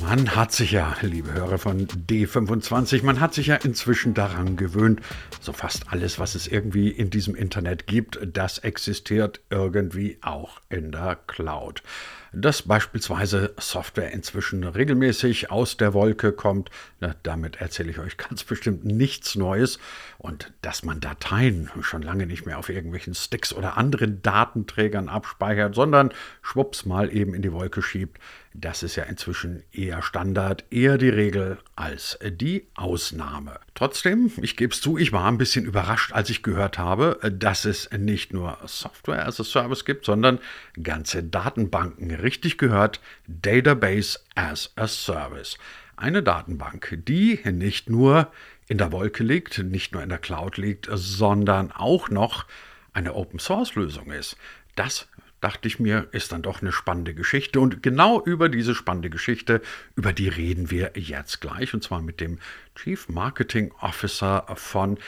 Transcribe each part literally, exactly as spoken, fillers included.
Man hat sich ja, liebe Hörer von D fünfundzwanzig, man hat sich ja inzwischen daran gewöhnt, so fast alles, was es irgendwie in diesem Internet gibt, das existiert irgendwie auch in der Cloud. Dass beispielsweise Software inzwischen regelmäßig aus der Wolke kommt, na, damit erzähle ich euch ganz bestimmt nichts Neues. Und dass man Dateien schon lange nicht mehr auf irgendwelchen Sticks oder anderen Datenträgern abspeichert, sondern schwupps mal eben in die Wolke schiebt, das ist ja inzwischen eher Standard, eher die Regel als die Ausnahme. Trotzdem, ich gebe es zu, ich war ein bisschen überrascht, als ich gehört habe, dass es nicht nur Software as a Service gibt, sondern ganze Datenbanken. Richtig gehört, Database as a Service. Eine Datenbank, die nicht nur in der Wolke liegt, nicht nur in der Cloud liegt, sondern auch noch eine Open-Source-Lösung ist. Das dachte ich mir, ist dann doch eine spannende Geschichte. Und genau über diese spannende Geschichte, über die reden wir jetzt gleich. Und zwar mit dem Chief Marketing Officer von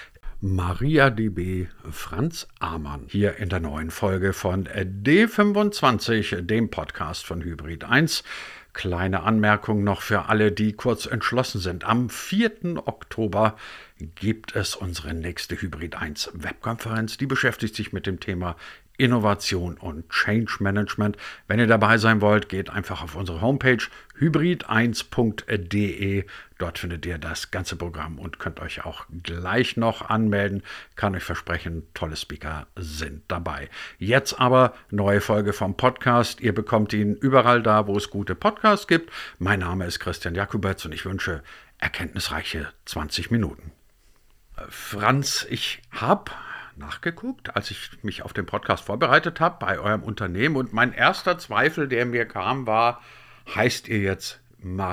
MariaDB, Franz Amann, hier in der neuen Folge von D fünfundzwanzig, dem Podcast von Hybrid eins. Kleine Anmerkung noch für alle, die kurz entschlossen sind. Am vierten Oktober gibt es unsere nächste Hybrid eins Webkonferenz. Die beschäftigt sich mit dem Thema Innovation und Change Management. Wenn ihr dabei sein wollt, geht einfach auf unsere Homepage hybrid eins punkt de. Dort findet ihr das ganze Programm und könnt euch auch gleich noch anmelden. Kann euch versprechen, tolle Speaker sind dabei. Jetzt aber neue Folge vom Podcast. Ihr bekommt ihn überall da, wo es gute Podcasts gibt. Mein Name ist Christian Jakubetz und ich wünsche erkenntnisreiche zwanzig Minuten. Franz, ich habe nachgeguckt, als ich mich auf den Podcast vorbereitet habe bei eurem Unternehmen, und mein erster Zweifel, der mir kam, war, heißt ihr jetzt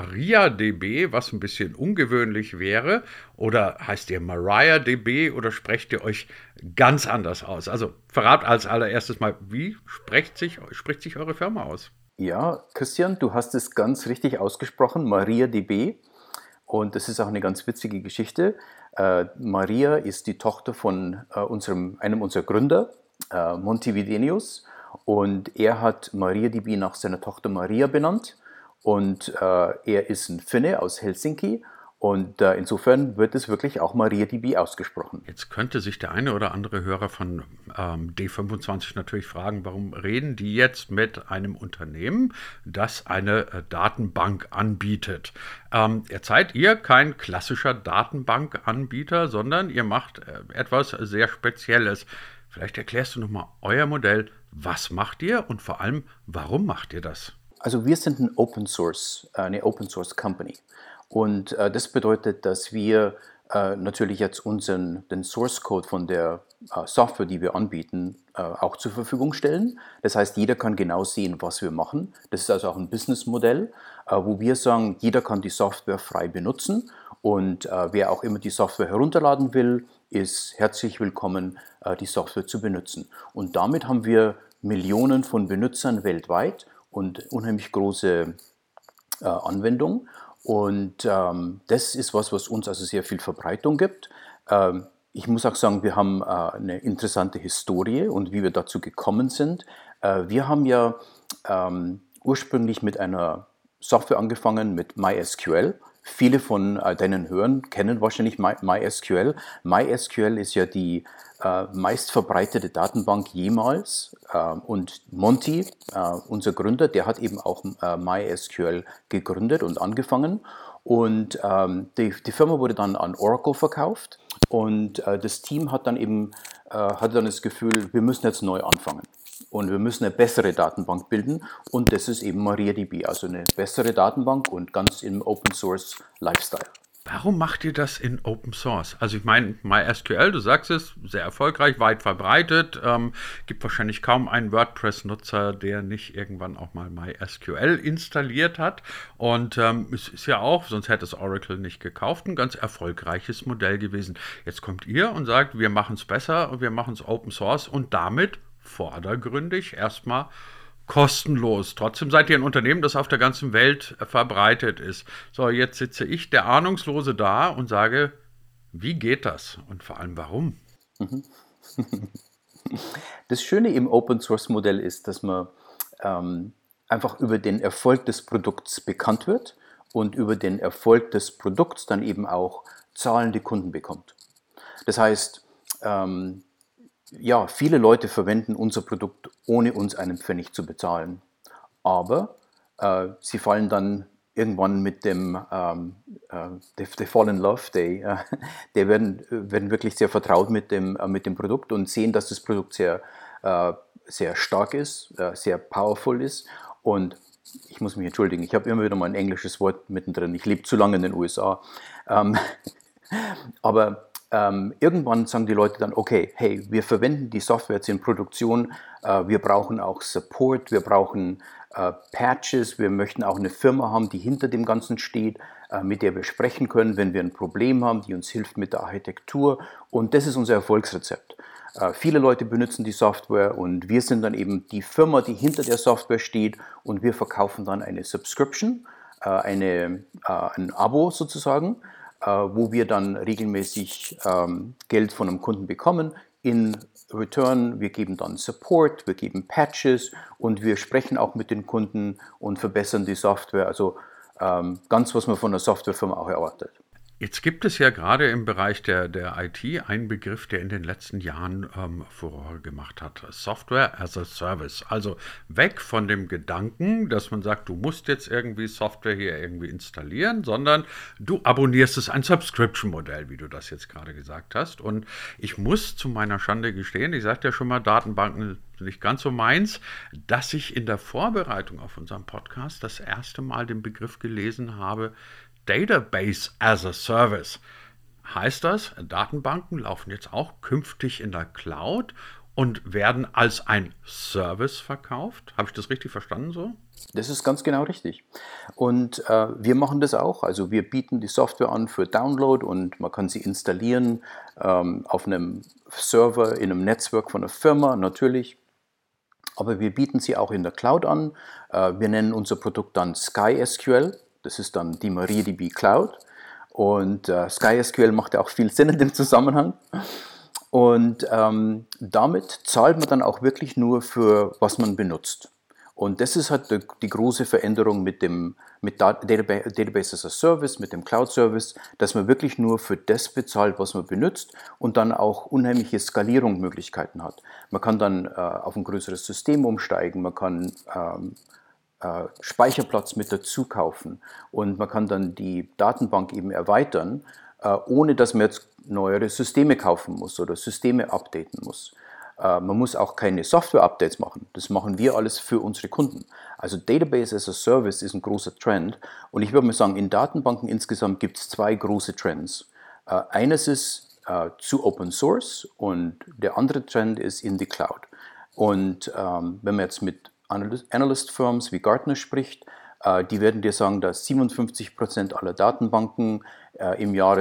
MariaDB, was ein bisschen ungewöhnlich wäre, oder heißt ihr MariaDB oder sprecht ihr euch ganz anders aus? Also verrat als allererstes mal, wie spricht sich, spricht sich eure Firma aus? Ja, Christian, du hast es ganz richtig ausgesprochen, MariaDB. Und das ist auch eine ganz witzige Geschichte. Äh, Maria ist die Tochter von äh, unserem, einem unserer Gründer, äh, Monty Widenius. Und er hat MariaDB nach seiner Tochter Maria benannt. Und äh, er ist ein Finne aus Helsinki. Und äh, insofern wird es wirklich auch MariaDB ausgesprochen. Jetzt könnte sich der eine oder andere Hörer von ähm, D fünfundzwanzig natürlich fragen, warum reden die jetzt mit einem Unternehmen, das eine äh, Datenbank anbietet? Ähm, jetzt seid ihr kein klassischer Datenbankanbieter, sondern ihr macht äh, etwas sehr Spezielles. Vielleicht erklärst du nochmal euer Modell. Was macht ihr und vor allem, warum macht ihr das? Also wir sind ein Open Source, eine Open Source Company. Und äh, das bedeutet, dass wir äh, natürlich jetzt unseren, den Source Code von der äh, Software, die wir anbieten, äh, auch zur Verfügung stellen. Das heißt, jeder kann genau sehen, was wir machen. Das ist also auch ein Businessmodell, äh, wo wir sagen, jeder kann die Software frei benutzen. Und äh, wer auch immer die Software herunterladen will, ist herzlich willkommen, äh, die Software zu benutzen. Und damit haben wir Millionen von Benutzern weltweit und unheimlich große äh, Anwendung. Und ähm, das ist was, was uns also sehr viel Verbreitung gibt. Ähm, ich muss auch sagen, wir haben äh, eine interessante Historie und wie wir dazu gekommen sind. Äh, wir haben ja ähm, ursprünglich mit einer Software angefangen, mit MySQL. Viele von äh, deinen Hörern kennen wahrscheinlich My, MySQL. MySQL ist ja die äh, meistverbreitete Datenbank jemals. Äh, und Monty, äh, unser Gründer, der hat eben auch äh, MySQL gegründet und angefangen. Und ähm, die, die Firma wurde dann an Oracle verkauft. Und äh, das Team hat dann eben äh, hatte dann das Gefühl, wir müssen jetzt neu anfangen. Und wir müssen eine bessere Datenbank bilden. Und das ist eben MariaDB, also eine bessere Datenbank und ganz im Open Source Lifestyle. Warum macht ihr das in Open Source? Also ich meine, MySQL, du sagst es, sehr erfolgreich, weit verbreitet. Ähm, gibt wahrscheinlich kaum einen WordPress-Nutzer, der nicht irgendwann auch mal MySQL installiert hat. Und ähm, es ist ja auch, sonst hätte es Oracle nicht gekauft, ein ganz erfolgreiches Modell gewesen. Jetzt kommt ihr und sagt, wir machen es besser und wir machen es Open Source und damit vordergründig erstmal kostenlos. Trotzdem seid ihr ein Unternehmen, das auf der ganzen Welt verbreitet ist. So, jetzt sitze ich, der Ahnungslose, da und sage, wie geht das? Und vor allem, warum? Das Schöne im Open-Source-Modell ist, dass man ähm, einfach über den Erfolg des Produkts bekannt wird und über den Erfolg des Produkts dann eben auch zahlende Kunden bekommt. Das heißt, ähm, ja, viele Leute verwenden unser Produkt, ohne uns einen Pfennig zu bezahlen. Aber äh, sie fallen dann irgendwann mit dem, ähm, äh, they, they fall in love, they, äh, die werden, werden wirklich sehr vertraut mit dem, äh, mit dem Produkt und sehen, dass das Produkt sehr, äh, sehr stark ist, äh, sehr powerful ist. Und ich muss mich entschuldigen, ich habe immer wieder mal ein englisches Wort mittendrin. Ich lebe zu lange in den U S A. Ähm, aber ähm, irgendwann sagen die Leute dann, okay, hey, wir verwenden die Software jetzt in Produktion, äh, wir brauchen auch Support, wir brauchen äh, Patches, wir möchten auch eine Firma haben, die hinter dem Ganzen steht, äh, mit der wir sprechen können, wenn wir ein Problem haben, die uns hilft mit der Architektur. Und das ist unser Erfolgsrezept. Äh, viele Leute benutzen die Software und wir sind dann eben die Firma, die hinter der Software steht und wir verkaufen dann eine Subscription, äh, eine, äh, ein Abo sozusagen, äh, wo wir dann regelmäßig ähm, Geld von einem Kunden bekommen. In Return, wir geben dann Support, wir geben Patches und wir sprechen auch mit den Kunden und verbessern die Software. Also ähm, ganz, was man von einer Softwarefirma auch erwartet. Jetzt gibt es ja gerade im Bereich der, der I T einen Begriff, der in den letzten Jahren ähm, Furore gemacht hat. Software as a Service. Also weg von dem Gedanken, dass man sagt, du musst jetzt irgendwie Software hier irgendwie installieren, sondern du abonnierst es, ein Subscription-Modell, wie du das jetzt gerade gesagt hast. Und ich muss zu meiner Schande gestehen, ich sagte ja schon mal, Datenbanken nicht ganz so meins, dass ich in der Vorbereitung auf unseren Podcast das erste Mal den Begriff gelesen habe, Database as a Service. Heißt das, Datenbanken laufen jetzt auch künftig in der Cloud und werden als ein Service verkauft? Habe ich das richtig verstanden so? Das ist ganz genau richtig. Und äh, wir machen das auch. Also wir bieten die Software an für Download und man kann sie installieren ähm, auf einem Server in einem Netzwerk von einer Firma, natürlich. Aber wir bieten sie auch in der Cloud an. Äh, wir nennen unser Produkt dann SkySQL. Das ist dann die MariaDB Cloud und äh, SkySQL macht ja auch viel Sinn in dem Zusammenhang. Und ähm, damit zahlt man dann auch wirklich nur für, was man benutzt. Und das ist halt die, die große Veränderung mit dem mit Database, Database as a Service, mit dem Cloud Service, dass man wirklich nur für das bezahlt, was man benutzt und dann auch unheimliche Skalierungsmöglichkeiten hat. Man kann dann äh, auf ein größeres System umsteigen, man kann ähm, Äh, Speicherplatz mit dazu kaufen und man kann dann die Datenbank eben erweitern, äh, ohne dass man jetzt neuere Systeme kaufen muss oder Systeme updaten muss. Äh, man muss auch keine Software-Updates machen. Das machen wir alles für unsere Kunden. Also Database as a Service ist ein großer Trend und ich würde mal sagen, in Datenbanken insgesamt gibt es zwei große Trends. Äh, eines ist äh, zu Open Source und der andere Trend ist in die Cloud. Und ähm, wenn man jetzt mit Analyst-Firms wie Gartner spricht, äh, die werden dir sagen, dass siebenundfünfzig Prozent aller Datenbanken äh, im Jahre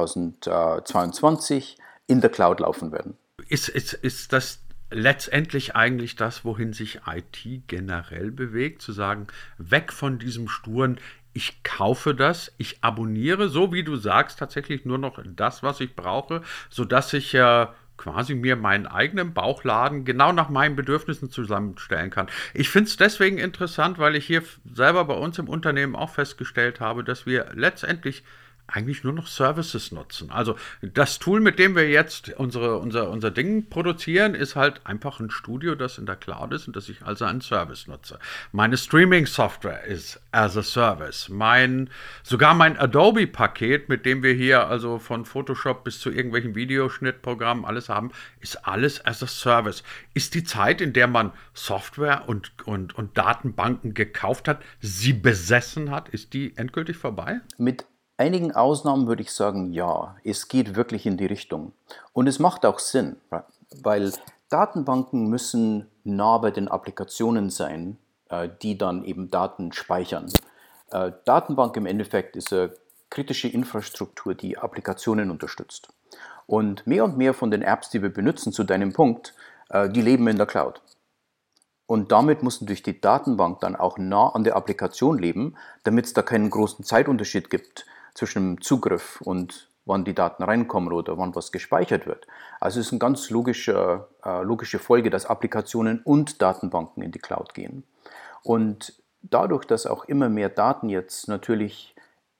zweitausendzweiundzwanzig in der Cloud laufen werden. Ist, ist, ist das letztendlich eigentlich das, wohin sich I T generell bewegt, zu sagen, weg von diesem sturen, ich kaufe das, ich abonniere, so wie du sagst, tatsächlich nur noch das, was ich brauche, sodass ich ja äh, quasi mir meinen eigenen Bauchladen genau nach meinen Bedürfnissen zusammenstellen kann. Ich finde es deswegen interessant, weil ich hier selber bei uns im Unternehmen auch festgestellt habe, dass wir letztendlich eigentlich nur noch Services nutzen. Also das Tool, mit dem wir jetzt unsere, unser, unser Ding produzieren, ist halt einfach ein Studio, das in der Cloud ist und das ich also einen Service nutze. Meine Streaming-Software ist as a Service. Mein, sogar mein Adobe-Paket, mit dem wir hier also von Photoshop bis zu irgendwelchen Videoschnittprogrammen alles haben, ist alles as a Service. Ist die Zeit, in der man Software und, und, und Datenbanken gekauft hat, sie besessen hat, ist die endgültig vorbei? Mit einigen Ausnahmen würde ich sagen, ja, es geht wirklich in die Richtung. Und es macht auch Sinn, weil Datenbanken müssen nah bei den Applikationen sein, die dann eben Daten speichern. Datenbank im Endeffekt ist eine kritische Infrastruktur, die Applikationen unterstützt. Und mehr und mehr von den Apps, die wir benutzen, zu deinem Punkt, die leben in der Cloud. Und damit muss natürlich die Datenbank dann auch nah an der Applikation leben, damit es da keinen großen Zeitunterschied gibt zwischen dem Zugriff und wann die Daten reinkommen oder wann was gespeichert wird. Also es ist eine ganz logische, äh, logische Folge, dass Applikationen und Datenbanken in die Cloud gehen. Und dadurch, dass auch immer mehr Daten jetzt natürlich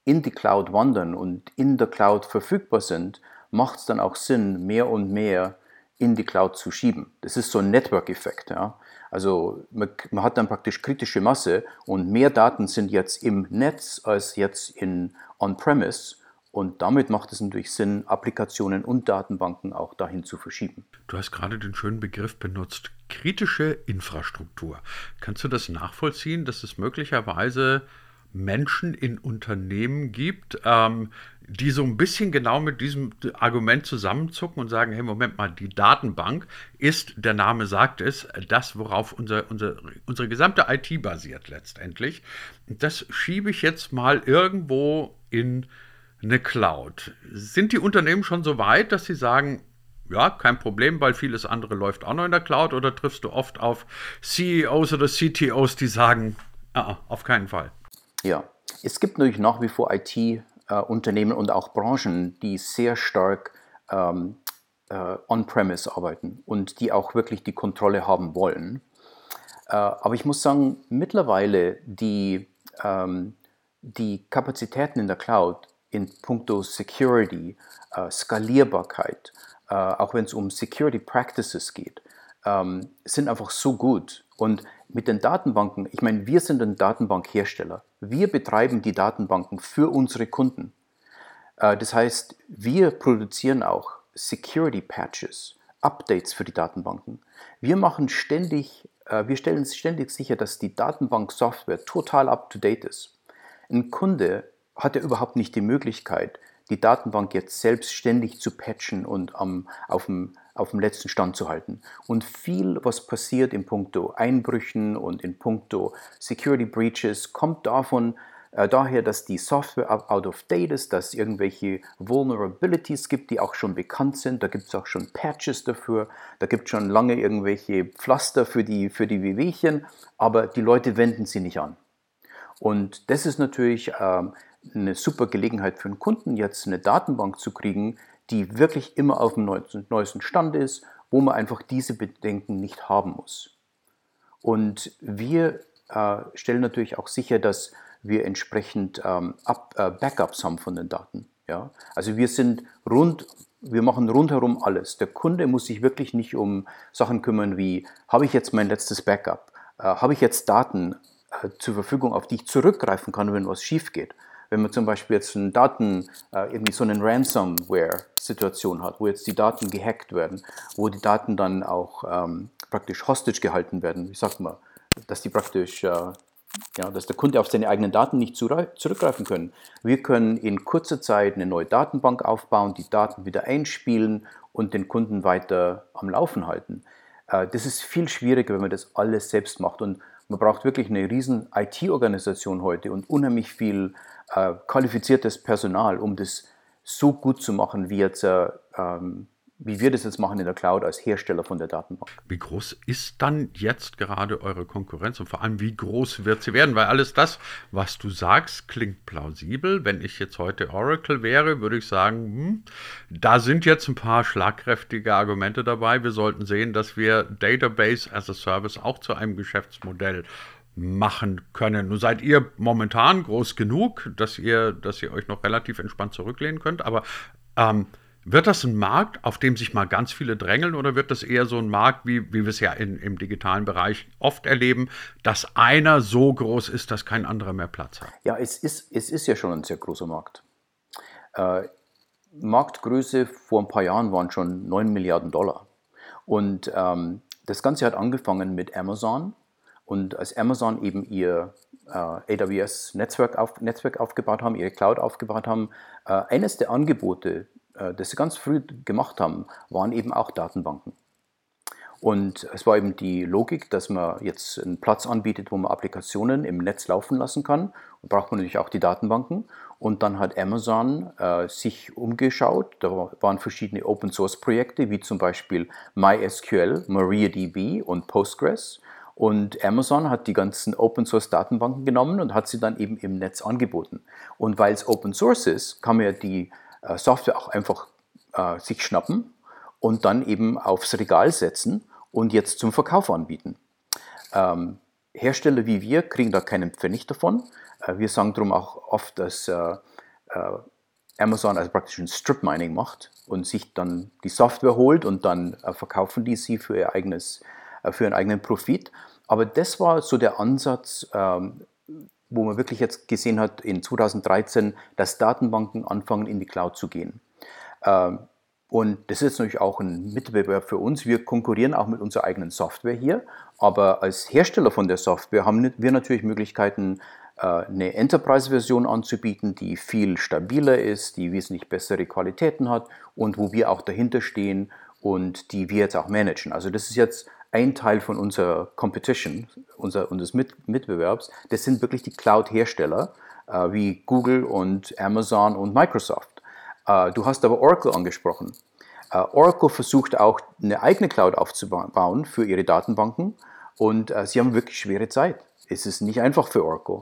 in die Cloud wandern und in der Cloud verfügbar sind, macht es dann auch Sinn, mehr und mehr in die Cloud zu schieben. Das ist so ein Network-Effekt. Ja? Also man, man hat dann praktisch kritische Masse und mehr Daten sind jetzt im Netz als jetzt in On-Premise. Und damit macht es natürlich Sinn, Applikationen und Datenbanken auch dahin zu verschieben. Du hast gerade den schönen Begriff benutzt, kritische Infrastruktur. Kannst du das nachvollziehen, dass es möglicherweise Menschen in Unternehmen gibt, ähm, die so ein bisschen genau mit diesem Argument zusammenzucken und sagen, hey, Moment mal, die Datenbank ist, der Name sagt es, das, worauf unser, unser, unsere gesamte I T basiert letztendlich. Das schiebe ich jetzt mal irgendwo in eine Cloud. Sind die Unternehmen schon so weit, dass sie sagen, ja, kein Problem, weil vieles andere läuft auch noch in der Cloud, oder triffst du oft auf C E Os oder C T Os, die sagen, ah, auf keinen Fall? Ja, es gibt natürlich nach wie vor I T-Unternehmen und auch Branchen, die sehr stark ähm, äh, on-premise arbeiten und die auch wirklich die Kontrolle haben wollen. Äh, aber ich muss sagen, mittlerweile die, ähm, die Kapazitäten in der Cloud in puncto Security, äh, Skalierbarkeit, äh, auch wenn es um Security Practices geht, ähm, sind einfach so gut. Und mit den Datenbanken, ich meine, wir sind ein Datenbankhersteller. Wir betreiben die Datenbanken für unsere Kunden. Äh, das heißt, wir produzieren auch Security Patches, Updates für die Datenbanken. Wir machen ständig, äh, wir stellen ständig sicher, dass die Datenbanksoftware total up-to-date ist. Ein Kunde hat ja überhaupt nicht die Möglichkeit, die Datenbank jetzt selbstständig zu patchen und am, auf, dem, auf dem letzten Stand zu halten. Und viel, was passiert in puncto Einbrüchen und in puncto Security Breaches, kommt davon, äh, daher, dass die Software out of date ist, dass es irgendwelche Vulnerabilities gibt, die auch schon bekannt sind. Da gibt es auch schon Patches dafür, da gibt es schon lange irgendwelche Pflaster für die, für die Wehwehchen, aber die Leute wenden sie nicht an. Und das ist natürlich ähm, eine super Gelegenheit für einen Kunden, jetzt eine Datenbank zu kriegen, die wirklich immer auf dem neuesten Stand ist, wo man einfach diese Bedenken nicht haben muss. Und wir äh, stellen natürlich auch sicher, dass wir entsprechend ähm, Up, äh, Backups haben von den Daten. Ja? Also wir sind rund, wir machen rundherum alles. Der Kunde muss sich wirklich nicht um Sachen kümmern wie, habe ich jetzt mein letztes Backup? Äh, habe ich jetzt Daten äh, zur Verfügung, auf die ich zurückgreifen kann, wenn was schief geht? Wenn man zum Beispiel jetzt einen Daten, äh, irgendwie so eine Ransomware-Situation hat, wo jetzt die Daten gehackt werden, wo die Daten dann auch ähm, praktisch hostage gehalten werden, wie sagt man, dass die praktisch, äh, ja, dass der Kunde auf seine eigenen Daten nicht zurückgreifen können. Wir können in kurzer Zeit eine neue Datenbank aufbauen, die Daten wieder einspielen und den Kunden weiter am Laufen halten. Äh, das ist viel schwieriger, wenn man das alles selbst macht, und man braucht wirklich eine riesen I T-Organisation heute und unheimlich viel äh, qualifiziertes Personal, um das so gut zu machen, wie, jetzt, äh, ähm, wie wir das jetzt machen in der Cloud als Hersteller von der Datenbank. Wie groß ist dann jetzt gerade eure Konkurrenz und vor allem, wie groß wird sie werden? Weil alles das, was du sagst, klingt plausibel. Wenn ich jetzt heute Oracle wäre, würde ich sagen, hm, da sind jetzt ein paar schlagkräftige Argumente dabei. Wir sollten sehen, dass wir Database as a Service auch zu einem Geschäftsmodell machen können. Nun seid ihr momentan groß genug, dass ihr, dass ihr euch noch relativ entspannt zurücklehnen könnt, aber ähm, wird das ein Markt, auf dem sich mal ganz viele drängeln, oder wird das eher so ein Markt, wie, wie wir es ja in, im digitalen Bereich oft erleben, dass einer so groß ist, dass kein anderer mehr Platz hat? Ja, es ist, es ist ja schon ein sehr großer Markt. Äh, Marktgröße vor ein paar Jahren waren schon neun Milliarden Dollar. Und ähm, das Ganze hat angefangen mit Amazon. Und als Amazon eben ihr äh, A W S-Netzwerk auf, Netzwerk aufgebaut haben, ihre Cloud aufgebaut haben, äh, eines der Angebote, äh, das sie ganz früh gemacht haben, waren eben auch Datenbanken. Und es war eben die Logik, dass man jetzt einen Platz anbietet, wo man Applikationen im Netz laufen lassen kann. Und braucht man natürlich auch die Datenbanken. Und dann hat Amazon äh, sich umgeschaut. Da waren verschiedene Open-Source-Projekte, wie zum Beispiel MySQL, MariaDB und Postgres. Und Amazon hat die ganzen Open-Source-Datenbanken genommen und hat sie dann eben im Netz angeboten. Und weil es Open-Source ist, kann man ja die äh, Software auch einfach äh, sich schnappen und dann eben aufs Regal setzen und jetzt zum Verkauf anbieten. Ähm, Hersteller wie wir kriegen da keinen Pfennig davon. Äh, wir sagen darum auch oft, dass äh, äh, Amazon also praktisch ein Strip-Mining macht und sich dann die Software holt und dann äh, verkaufen die sie für ihr eigenes, äh, für ihren eigenen Profit. Aber das war so der Ansatz, ähm, wo man wirklich jetzt gesehen hat in zweitausenddreizehn, dass Datenbanken anfangen in die Cloud zu gehen. Ähm, und das ist natürlich auch ein Mitbewerb für uns. Wir konkurrieren auch mit unserer eigenen Software hier, aber als Hersteller von der Software haben wir natürlich Möglichkeiten, eine Enterprise-Version anzubieten, die viel stabiler ist, die wesentlich bessere Qualitäten hat und wo wir auch dahinter stehen und die wir jetzt auch managen. Also das ist jetzt ein Teil von unserer Competition, unser, unseres Mit Mitbewerbs. Das sind wirklich die Cloud-Hersteller äh, wie Google und Amazon und Microsoft. Äh, du hast aber Oracle angesprochen. Äh, Oracle versucht auch eine eigene Cloud aufzubauen für ihre Datenbanken und äh, sie haben wirklich schwere Zeit. Es ist nicht einfach für Oracle.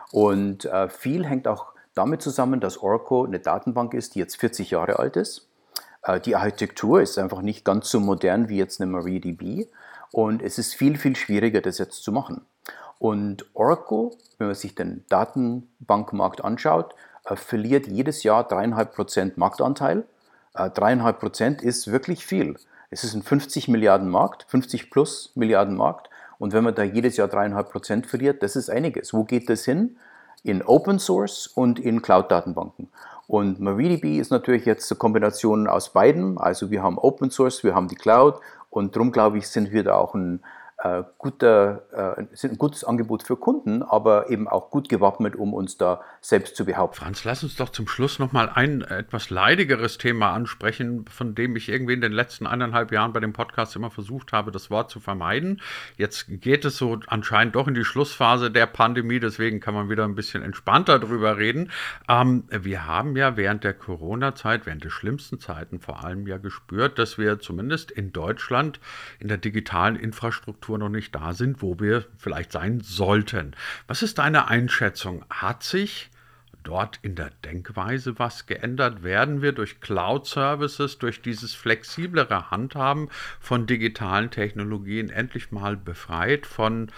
Und äh, viel hängt auch damit zusammen, dass Oracle eine Datenbank ist, die jetzt vierzig Jahre alt ist. Äh, die Architektur ist einfach nicht ganz so modern wie jetzt eine MariaDB. Und es ist viel, viel schwieriger, das jetzt zu machen. Und Oracle, wenn man sich den Datenbankmarkt anschaut, äh, verliert jedes Jahr dreieinhalb Prozent Marktanteil. Äh, dreieinhalb Prozent ist wirklich viel. Es ist ein fünfzig Milliarden Markt, fünfzig plus Milliarden Markt. Und wenn man da jedes Jahr dreieinhalb Prozent verliert, das ist einiges. Wo geht das hin? In Open Source und in Cloud-Datenbanken. Und MariaDB ist natürlich jetzt eine Kombination aus beiden. Also wir haben Open Source, wir haben die Cloud und darum glaube ich, sind wir da auch ein äh, guter, äh, sind ein gutes Angebot für Kunden, aber eben auch gut gewappnet, um uns da selbst zu behaupten. Franz, lass uns doch zum Schluss nochmal ein etwas leidigeres Thema ansprechen, von dem ich irgendwie in den letzten eineinhalb Jahren bei dem Podcast immer versucht habe, das Wort zu vermeiden. Jetzt geht es so anscheinend doch in die Schlussphase der Pandemie, deswegen kann man wieder ein bisschen entspannter drüber reden. Ähm, wir haben ja während der Corona-Zeit, während der schlimmsten Zeiten vor allem ja gespürt, dass wir zumindest in Deutschland in der digitalen Infrastruktur noch nicht da sind, wo wir vielleicht sein sollten. Was ist deine Einschätzung? Hat sich dort in der Denkweise was geändert? Werden wir durch Cloud-Services, durch dieses flexiblere Handhaben von digitalen Technologien endlich mal befreit von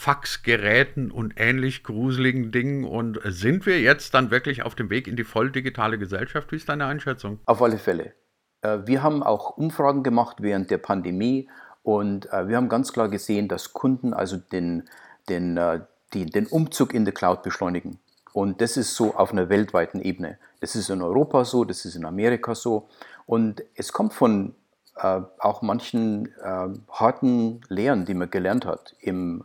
Faxgeräten und ähnlich gruseligen Dingen? Und sind wir jetzt dann wirklich auf dem Weg in die voll digitale Gesellschaft? Wie ist deine Einschätzung? Auf alle Fälle. Wir haben auch Umfragen gemacht während der Pandemie und wir haben ganz klar gesehen, dass Kunden also den, den, den, den Umzug in die Cloud beschleunigen. Und das ist so auf einer weltweiten Ebene. Das ist in Europa so, das ist in Amerika so. Und es kommt von äh, auch manchen äh, harten Lehren, die man gelernt hat im,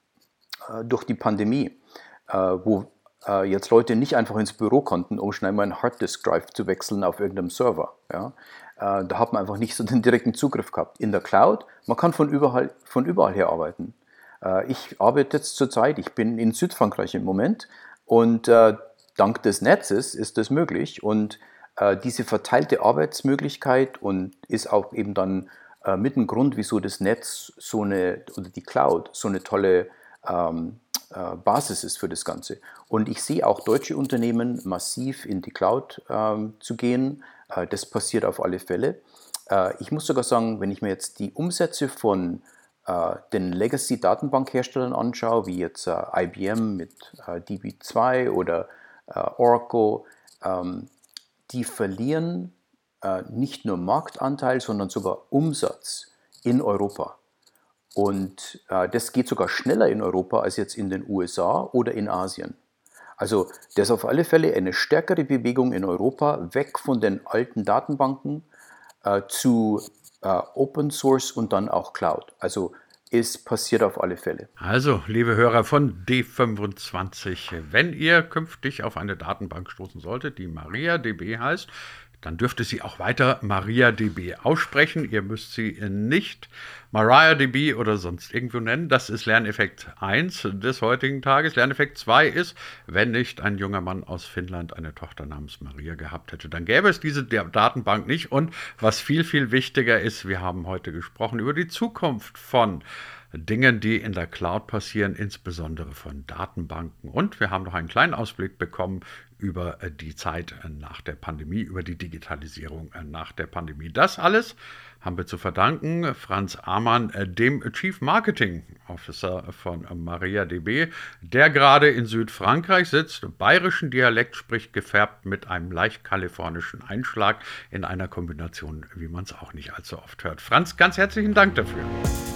äh, durch die Pandemie, äh, wo äh, jetzt Leute nicht einfach ins Büro konnten, um schnell mal einen Harddisk-Drive zu wechseln auf irgendeinem Server. Ja? Äh, da hat man einfach nicht so den direkten Zugriff gehabt. In der Cloud, man kann von überall, von überall her arbeiten. Äh, ich arbeite jetzt zurzeit, ich bin in Südfrankreich im Moment, und äh, dank des Netzes ist das möglich und äh, diese verteilte Arbeitsmöglichkeit und ist auch eben dann äh, mit dem Grund, wieso das Netz so eine, oder die Cloud so eine tolle ähm, äh, Basis ist für das Ganze. Und ich sehe auch deutsche Unternehmen massiv in die Cloud ähm, zu gehen. Äh, das passiert auf alle Fälle. Äh, ich muss sogar sagen, wenn ich mir jetzt die Umsätze von den Legacy-Datenbankherstellern anschaue, wie jetzt äh, I B M mit äh, D B zwei oder äh, Oracle, ähm, die verlieren äh, nicht nur Marktanteil, sondern sogar Umsatz in Europa. Und äh, das geht sogar schneller in Europa als jetzt in den U S A oder in Asien. Also das ist auf alle Fälle eine stärkere Bewegung in Europa, weg von den alten Datenbanken äh, zu Uh, Open Source und dann auch Cloud. Also es passiert auf alle Fälle. Also, liebe Hörer von D fünfundzwanzig, wenn ihr künftig auf eine Datenbank stoßen solltet, die MariaDB heißt, dann dürfte sie auch weiter MariaDB aussprechen. Ihr müsst sie nicht MariaDB oder sonst irgendwo nennen. Das ist Lerneffekt eins des heutigen Tages. Lerneffekt zwei ist, wenn nicht ein junger Mann aus Finnland eine Tochter namens Maria gehabt hätte, dann gäbe es diese Datenbank nicht. Und was viel, viel wichtiger ist, wir haben heute gesprochen über die Zukunft von Dingen, die in der Cloud passieren, insbesondere von Datenbanken. Und wir haben noch einen kleinen Ausblick bekommen über die Zeit nach der Pandemie, über die Digitalisierung nach der Pandemie. Das alles haben wir zu verdanken Franz Amann, dem Chief Marketing Officer von MariaDB, der gerade in Südfrankreich sitzt, bayerischen Dialekt spricht, gefärbt mit einem leicht kalifornischen Einschlag in einer Kombination, wie man es auch nicht allzu oft hört. Franz, ganz herzlichen Dank dafür.